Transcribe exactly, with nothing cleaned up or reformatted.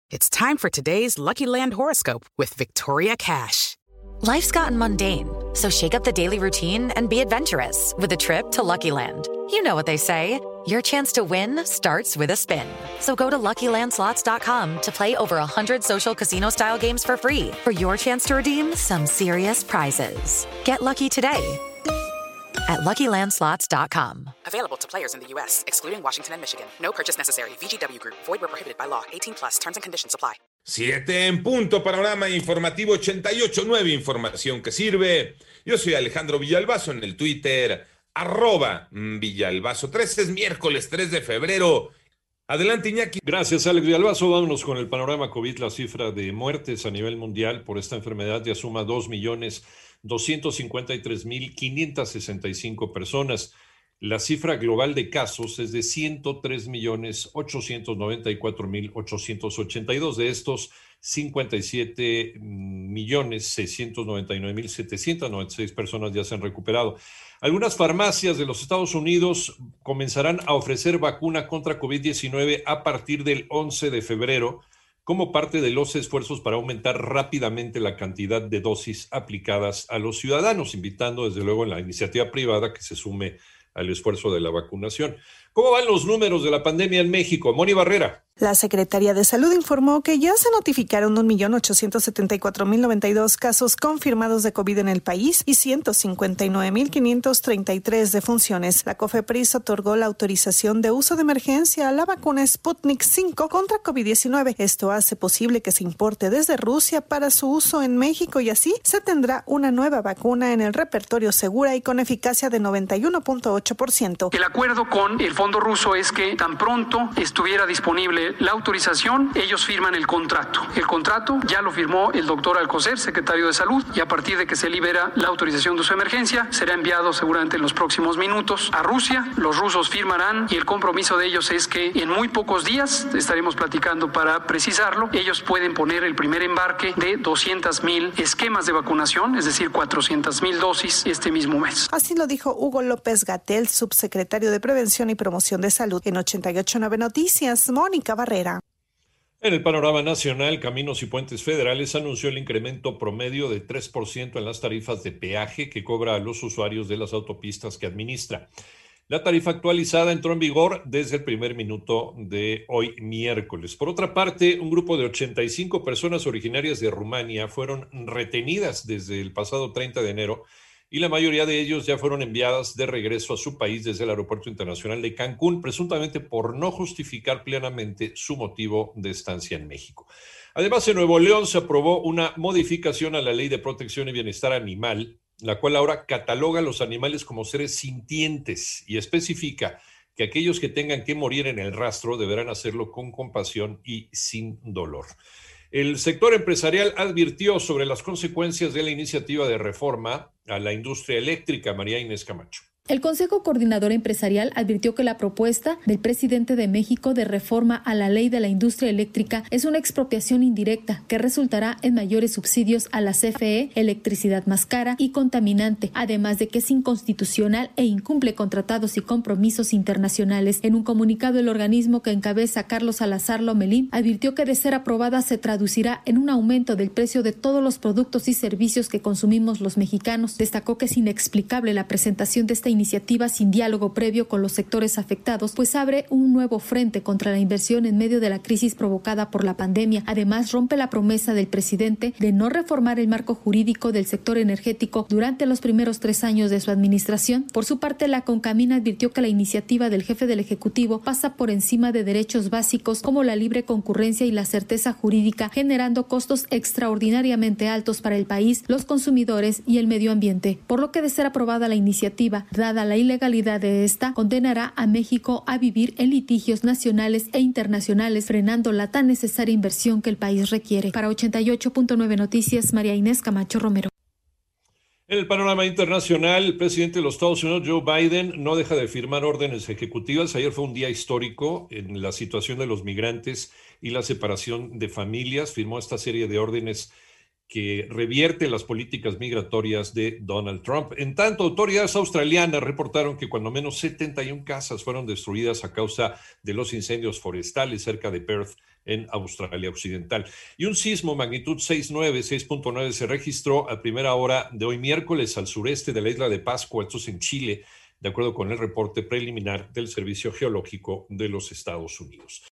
It's time for today's Lucky Land horoscope with Victoria Cash. Life's gotten mundane, so shake up the daily routine and be adventurous with a trip to Lucky Land. You know what they say, your chance to win starts with a spin. So go to Lucky Land Slots dot com to play over one hundred social casino-style games for free for your chance to redeem some serious prizes. Get lucky today at Lucky Land Slots dot com. Available to players in the U S, excluding Washington and Michigan. No purchase necessary. V G W Group. Void where prohibited by law. eighteen plus. Terms and conditions apply. Siete en punto, panorama informativo ochenta y ocho punto nueve, información que sirve. Yo soy Alejandro Villalbazo en el Twitter, arroba Villalbazo tres. Es miércoles tres de febrero. Adelante, Iñaki. Gracias, Alex Villalbazo. Vámonos con el panorama COVID. La cifra de muertes a nivel mundial por esta enfermedad ya suma dos millones doscientos cincuenta y tres mil quinientas sesenta y cinco personas. La cifra global de casos es de ciento tres millones ochocientos noventa y cuatro mil ochocientos ochenta y dos. De estos, cincuenta y siete millones seiscientos noventa y nueve mil setecientos noventa y seis personas ya se han recuperado. Algunas farmacias de los Estados Unidos comenzarán a ofrecer vacuna contra COVID diecinueve a partir del once de febrero, como parte de los esfuerzos para aumentar rápidamente la cantidad de dosis aplicadas a los ciudadanos, invitando desde luego en la iniciativa privada que se sume al esfuerzo de la vacunación. ¿Cómo van los números de la pandemia en México? Moni Barrera. La Secretaría de Salud informó que ya se notificaron un millón ochocientos setenta y cuatro mil noventa y dos casos confirmados de COVID en el país y ciento cincuenta y nueve mil quinientos treinta y tres defunciones. La COFEPRIS otorgó la autorización de uso de emergencia a la vacuna Sputnik cinco contra COVID diecinueve. Esto hace posible que se importe desde Rusia para su uso en México y así se tendrá una nueva vacuna en el repertorio segura y con eficacia de noventa y uno punto ocho por ciento. El acuerdo con el fondo ruso es que tan pronto estuviera disponible la autorización, ellos firman el contrato. El contrato ya lo firmó el doctor Alcocer, secretario de Salud, y a partir de que se libera la autorización de su emergencia, será enviado seguramente en los próximos minutos a Rusia. Los rusos firmarán y el compromiso de ellos es que en muy pocos días, estaremos platicando para precisarlo, ellos pueden poner el primer embarque de doscientos mil esquemas de vacunación, es decir, cuatrocientas mil dosis este mismo mes. Así lo dijo Hugo López-Gatell, subsecretario de Prevención y Promoción de Salud. En ochenta y ocho punto nueve Noticias, Mónica Barrera. En el panorama nacional, Caminos y Puentes Federales anunció el incremento promedio de tres por ciento en las tarifas de peaje que cobra a los usuarios de las autopistas que administra. La tarifa actualizada entró en vigor desde el primer minuto de hoy miércoles. Por otra parte, un grupo de ochenta y cinco personas originarias de Rumania fueron retenidas desde el pasado treinta de enero y la mayoría de ellos ya fueron enviadas de regreso a su país desde el Aeropuerto Internacional de Cancún, presuntamente por no justificar plenamente su motivo de estancia en México. Además, en Nuevo León se aprobó una modificación a la Ley de Protección y Bienestar Animal, la cual ahora cataloga a los animales como seres sintientes y especifica que aquellos que tengan que morir en el rastro deberán hacerlo con compasión y sin dolor. El sector empresarial advirtió sobre las consecuencias de la iniciativa de reforma a la industria eléctrica. María Inés Camacho. El Consejo Coordinador Empresarial advirtió que la propuesta del presidente de México de reforma a la ley de la industria eléctrica es una expropiación indirecta que resultará en mayores subsidios a la C F E, electricidad más cara y contaminante, además de que es inconstitucional e incumple con tratados y compromisos internacionales. En un comunicado, el organismo que encabeza Carlos Salazar Lomelín advirtió que de ser aprobada se traducirá en un aumento del precio de todos los productos y servicios que consumimos los mexicanos. Destacó que es inexplicable la presentación de esta iniciativa iniciativa sin diálogo previo con los sectores afectados, pues abre un nuevo frente contra la inversión en medio de la crisis provocada por la pandemia. Además, rompe la promesa del presidente de no reformar el marco jurídico del sector energético durante los primeros tres años de su administración. Por su parte, la Concamina advirtió que la iniciativa del jefe del Ejecutivo pasa por encima de derechos básicos como la libre concurrencia y la certeza jurídica, generando costos extraordinariamente altos para el país, los consumidores y el medio ambiente. Por lo que, de ser aprobada la iniciativa, dada la ilegalidad de esta, condenará a México a vivir en litigios nacionales e internacionales, frenando la tan necesaria inversión que el país requiere. Para ochenta y ocho punto nueve Noticias, María Inés Camacho Romero. En el panorama internacional, el presidente de los Estados Unidos, Joe Biden, no deja de firmar órdenes ejecutivas. Ayer fue un día histórico en la situación de los migrantes y la separación de familias. Firmó esta serie de órdenes que revierte las políticas migratorias de Donald Trump. En tanto, autoridades australianas reportaron que cuando menos setenta y una casas fueron destruidas a causa de los incendios forestales cerca de Perth, en Australia Occidental. Y un sismo magnitud seis punto nueve se registró a primera hora de hoy miércoles al sureste de la isla de Pascua, esto es en Chile, de acuerdo con el reporte preliminar del Servicio Geológico de los Estados Unidos.